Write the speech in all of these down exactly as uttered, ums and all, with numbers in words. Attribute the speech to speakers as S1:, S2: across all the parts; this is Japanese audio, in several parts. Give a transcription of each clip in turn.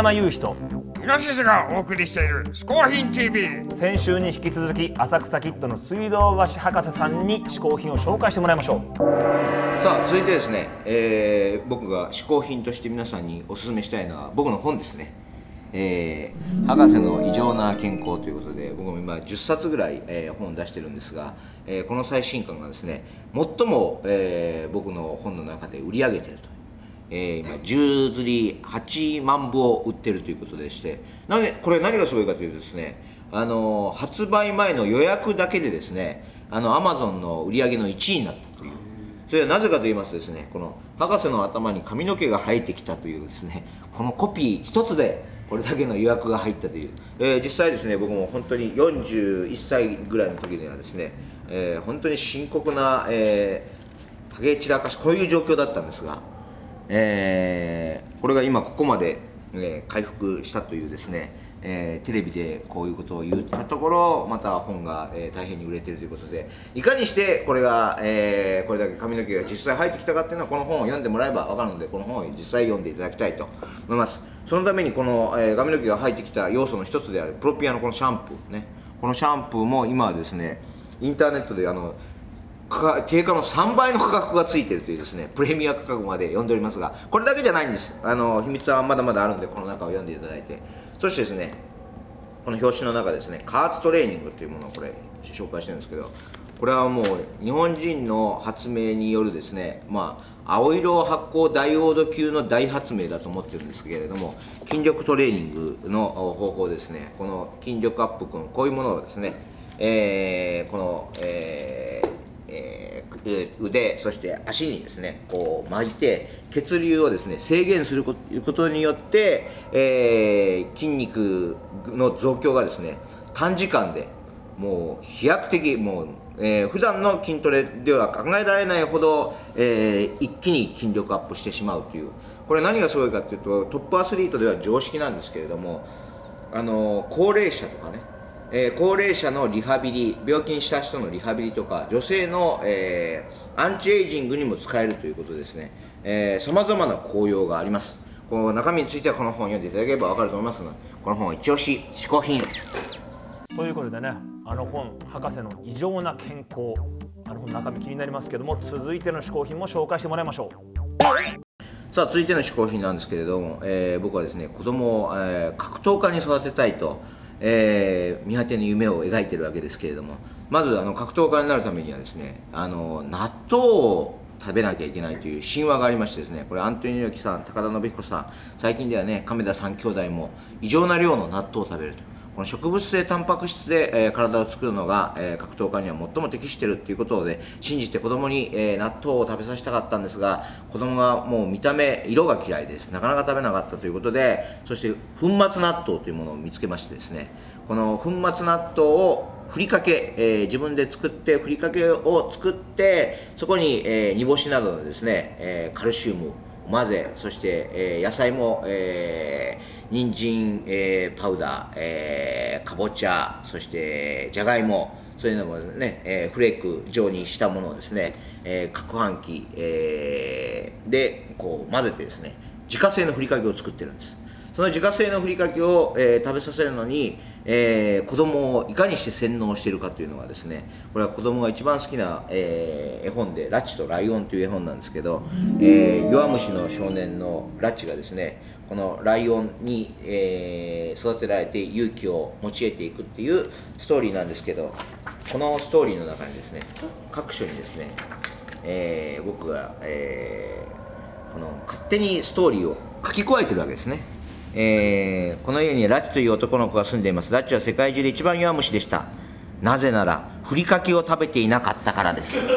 S1: 山雄人、
S2: 東瀬がお送りしている嗜好品 ティービー。
S1: 先週に引き続き浅草キッドの水道橋博士さんに嗜好品を紹介してもらいましょう。
S3: さあ続いてですね、えー、僕が嗜好品として皆さんにお勧めしたいのは僕の本ですね。えー、博士の異常な健康ということで僕も今じゅっさつぐらい、えー、本を出してるんですが、えー、この最新刊がですね最も、えー、僕の本の中で売り上げていると、えー、今じゅう釣りはちまんぶを売っているということでして、なでこれ何がすごいかというとですね、あの発売前の予約だけでですねあの Amazon の売り上げのいちいになったという。それはなぜかと言いますとですね、この博士の頭に髪の毛が生えてきたというですねこのコピー一つでこれだけの予約が入ったという、えー、実際ですね僕も本当によんじゅういっさいぐらいの時にはですね、えー、本当に深刻な、えー、ハゲ散らかしこういう状況だったんですが、えー、これが今ここまで、えー、回復したというですね、えー、テレビでこういうことを言ったところまた本が、えー、大変に売れているということで、いかにしてこれが、えー、これだけ髪の毛が実際生えてきたかっていうのはこの本を読んでもらえば分かるので、この本を実際読んでいただきたいと思います。そのためにこの、えー、髪の毛が生えてきた要素の一つであるプロピアのこのシャンプーね、このシャンプーも今はですねインターネットであの定価のさんばいの価格がついているというですねプレミア価格まで読んでおりますが、これだけじゃないんです。あの秘密はまだまだあるのでこの中を読んでいただいて、そしてですねこの表紙の中ですね加圧トレーニングというものをこれ紹介してるんですけど、これはもう日本人の発明によるですね、まあ、青色発光ダイオード級の大発明だと思ってるんですけれども、筋力トレーニングの方法ですね、この筋力アップ君こういうものをですね、えー、この、えーえー、腕そして足にですねこう巻いて血流をですね制限することによって、えー、筋肉の増強がですね短時間でもう飛躍的もう、えー、普段の筋トレでは考えられないほど、えー、一気に筋力アップしてしまうという、これ何がすごいかというとトップアスリートでは常識なんですけれども、あのー、高齢者とかね、えー、高齢者のリハビリ、病気にした人のリハビリとか女性の、えー、アンチエイジングにも使えるということですね、さまざまな効用があります。この中身についてはこの本を読んでいただければ分かると思いますので、この本は一押し嗜好品
S1: ということでね、あの本博士の異常な健康、あの本中身気になりますけども、続いての嗜好品も紹介してもらいましょう。
S3: さあ続いての嗜好品なんですけれども、えー、僕はですね子供を、えー、格闘家に育てたいと、えー、見果ての夢を描いているわけですけれども、まずあの格闘家になるためにはですねあの納豆を食べなきゃいけないという神話がありましてですね、これアントニオ猪木さん、高田信彦さん、最近ではね亀田三兄弟も異常な量の納豆を食べると、この植物性タンパク質で、えー、体を作るのが、えー、格闘家には最も適しているということで信じて子供に、えー、納豆を食べさせたかったんですが、子供がもう見た目色が嫌いです、なかなか食べなかったということで、そして粉末納豆というものを見つけましてですね、この粉末納豆をふりかけ、えー、自分で作ってふりかけを作ってそこに、えー、煮干しなどのですね、えー、カルシウムを混ぜ、そして、えー、野菜も、えー、人参、えー、パウダー、えー、かぼちゃ、そしてじゃがいも、そういうのもね、えー、フレーク状にしたものをですね、えー、攪拌機、えー、でこう混ぜてですね自家製のふりかけを作ってるんです。その自家製のふりかけを、えー、食べさせるのに、えー、子供をいかにして洗脳しているかというのがですね、これは子供が一番好きな、えー、絵本でラッチとライオンという絵本なんですけど、えー、弱虫の少年のラッチがですねこのライオンに、えー、育てられて勇気を持ち得ていくっていうストーリーなんですけど、このストーリーの中にですね各所にですね、えー、僕が、えー、この勝手にストーリーを書き加えてるわけですね。えー、この家にラッチという男の子が住んでいます。ラッチは世界中で一番弱虫でした。なぜならふりかけを食べていなかったからです。こ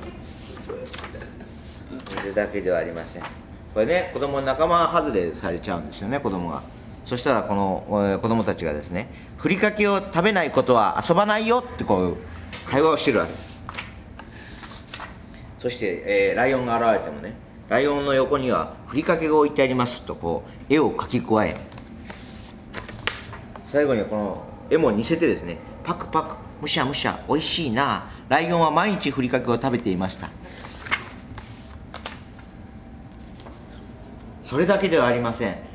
S3: れだけではありません。これね子供仲間外れされちゃうんですよね、子供が。そしたらこの、えー、子供たちがですねふりかけを食べないことは遊ばないよってこう会話をしてるわけです。そして、えー、ライオンが現れてもね、ライオンの横にはふりかけが置いてありますとこう絵を描き加え、最後にはこの絵も似せてですねパクパクむしゃむしゃおいしいな、ライオンは毎日ふりかけを食べていました。それだけではありません。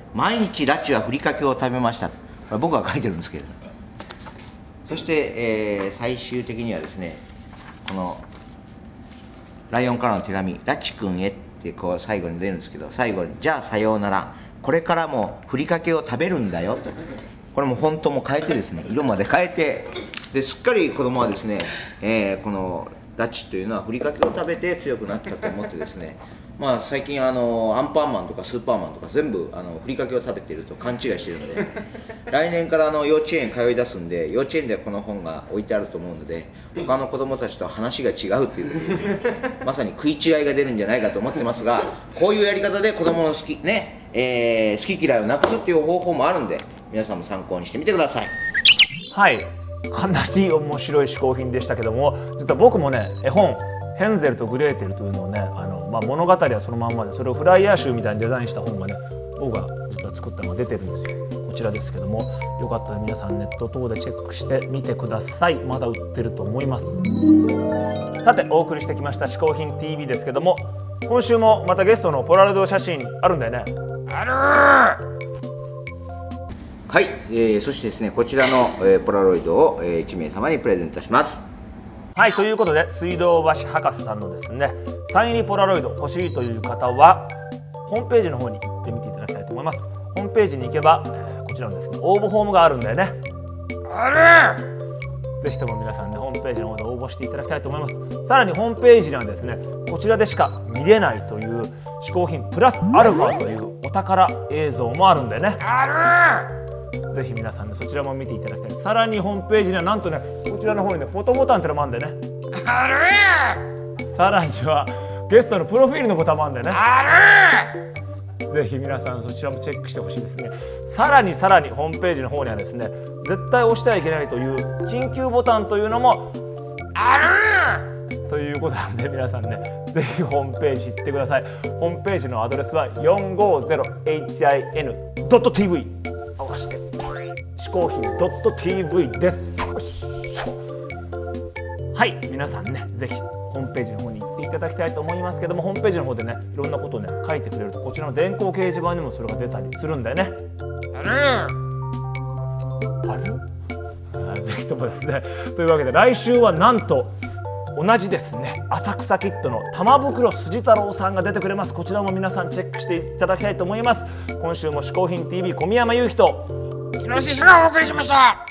S3: 毎日ラチはふりかけを食べました。これ僕が書いてるんですけれど、そして、えー、最終的にはですね、このライオンからの手紙、ラチ君へってこう最後に出るんですけど、最後にじゃあさようなら、これからもふりかけを食べるんだよと、これもフォントも変えてですね、色まで変えて、ですっかり子供はですね、えー、このラチというのはふりかけを食べて強くなったと思ってですね、まあ最近あのアンパンマンとかスーパーマンとか全部あのふりかけを食べていると勘違いしているので、来年からあの幼稚園通い出すんで、幼稚園でこの本が置いてあると思うので、他の子供たちと話が違うということで、まさに食い違いが出るんじゃないかと思ってますが、こういうやり方で子供の好きね、えー、好き嫌いをなくすっていう方法もあるんで、皆さんも参考にしてみてください。
S1: はい、かなり面白い嗜好品でしたけども、実は僕もね、絵本ヘンゼルとグレーテルというのをね、あの、まあ、物語はそのまんまで、それをフライヤー集みたいにデザインした本がね、僕が実は作ったのが出てるんですよ。こちらですけども、よかったら皆さんネット等でチェックしてみてください。まだ売ってると思います。さて、お送りしてきました嗜好品 ティーブイ ですけども、今週もまたゲストのポラロイド写真あるんだよね。
S2: あるー。
S3: はい、えー、そしてですね、こちらの、えー、ポラロイドを、えー、いち名様にプレゼントします。
S1: はい、ということで水道橋博士さんのですね、サイン入りポラロイド欲しいという方はホームページの方に行ってみていただきたいと思います。ホームページに行けば、えー、こちらのですね、応募フォームがあるんだよね。
S2: あるー。
S1: ぜひとも皆さんね、ホームページの方で応募していただきたいと思います。さらにホームページにはですね、こちらでしか見れないという嗜好品プラスアルファというお宝映像もあるんでね。
S2: あるー。
S1: ぜひ皆さんね、そちらも見ていただきたい。さらにホームページにはなんとね、こちらの方にね、フォトボタンってのもあるんでね。
S2: あるー。
S1: さらにはゲストのプロフィールのボタンもあるんでね。
S2: ある
S1: ー。ぜひ皆さんそちらもチェックしてほしいですね。さらにさらにホームページの方にはですね、絶対押してはいけないという緊急ボタンというのも
S2: ある
S1: ーということなんで、皆さんね、ぜひホームページ行ってください。ホームページのアドレスは よんごゼロエイチアイエヌドットティーブイ 合わせて嗜好品 .tv です。はい、皆さんね、ぜひホームページの方に行っていただきたいと思いますけども、ホームページの方でね、いろんなことをね書いてくれると、こちらの電光掲示板にもそれが出たりするんだよね。
S2: ある
S1: あるあ、ぜひともですね。というわけで来週はなんと同じですね、浅草キッドの玉袋筋太郎さんが出てくれます。こちらも皆さんチェックしていただきたいと思います。今週も嗜好品 ティーブイ 小宮山雄飛と
S2: イノシシがお送りしました。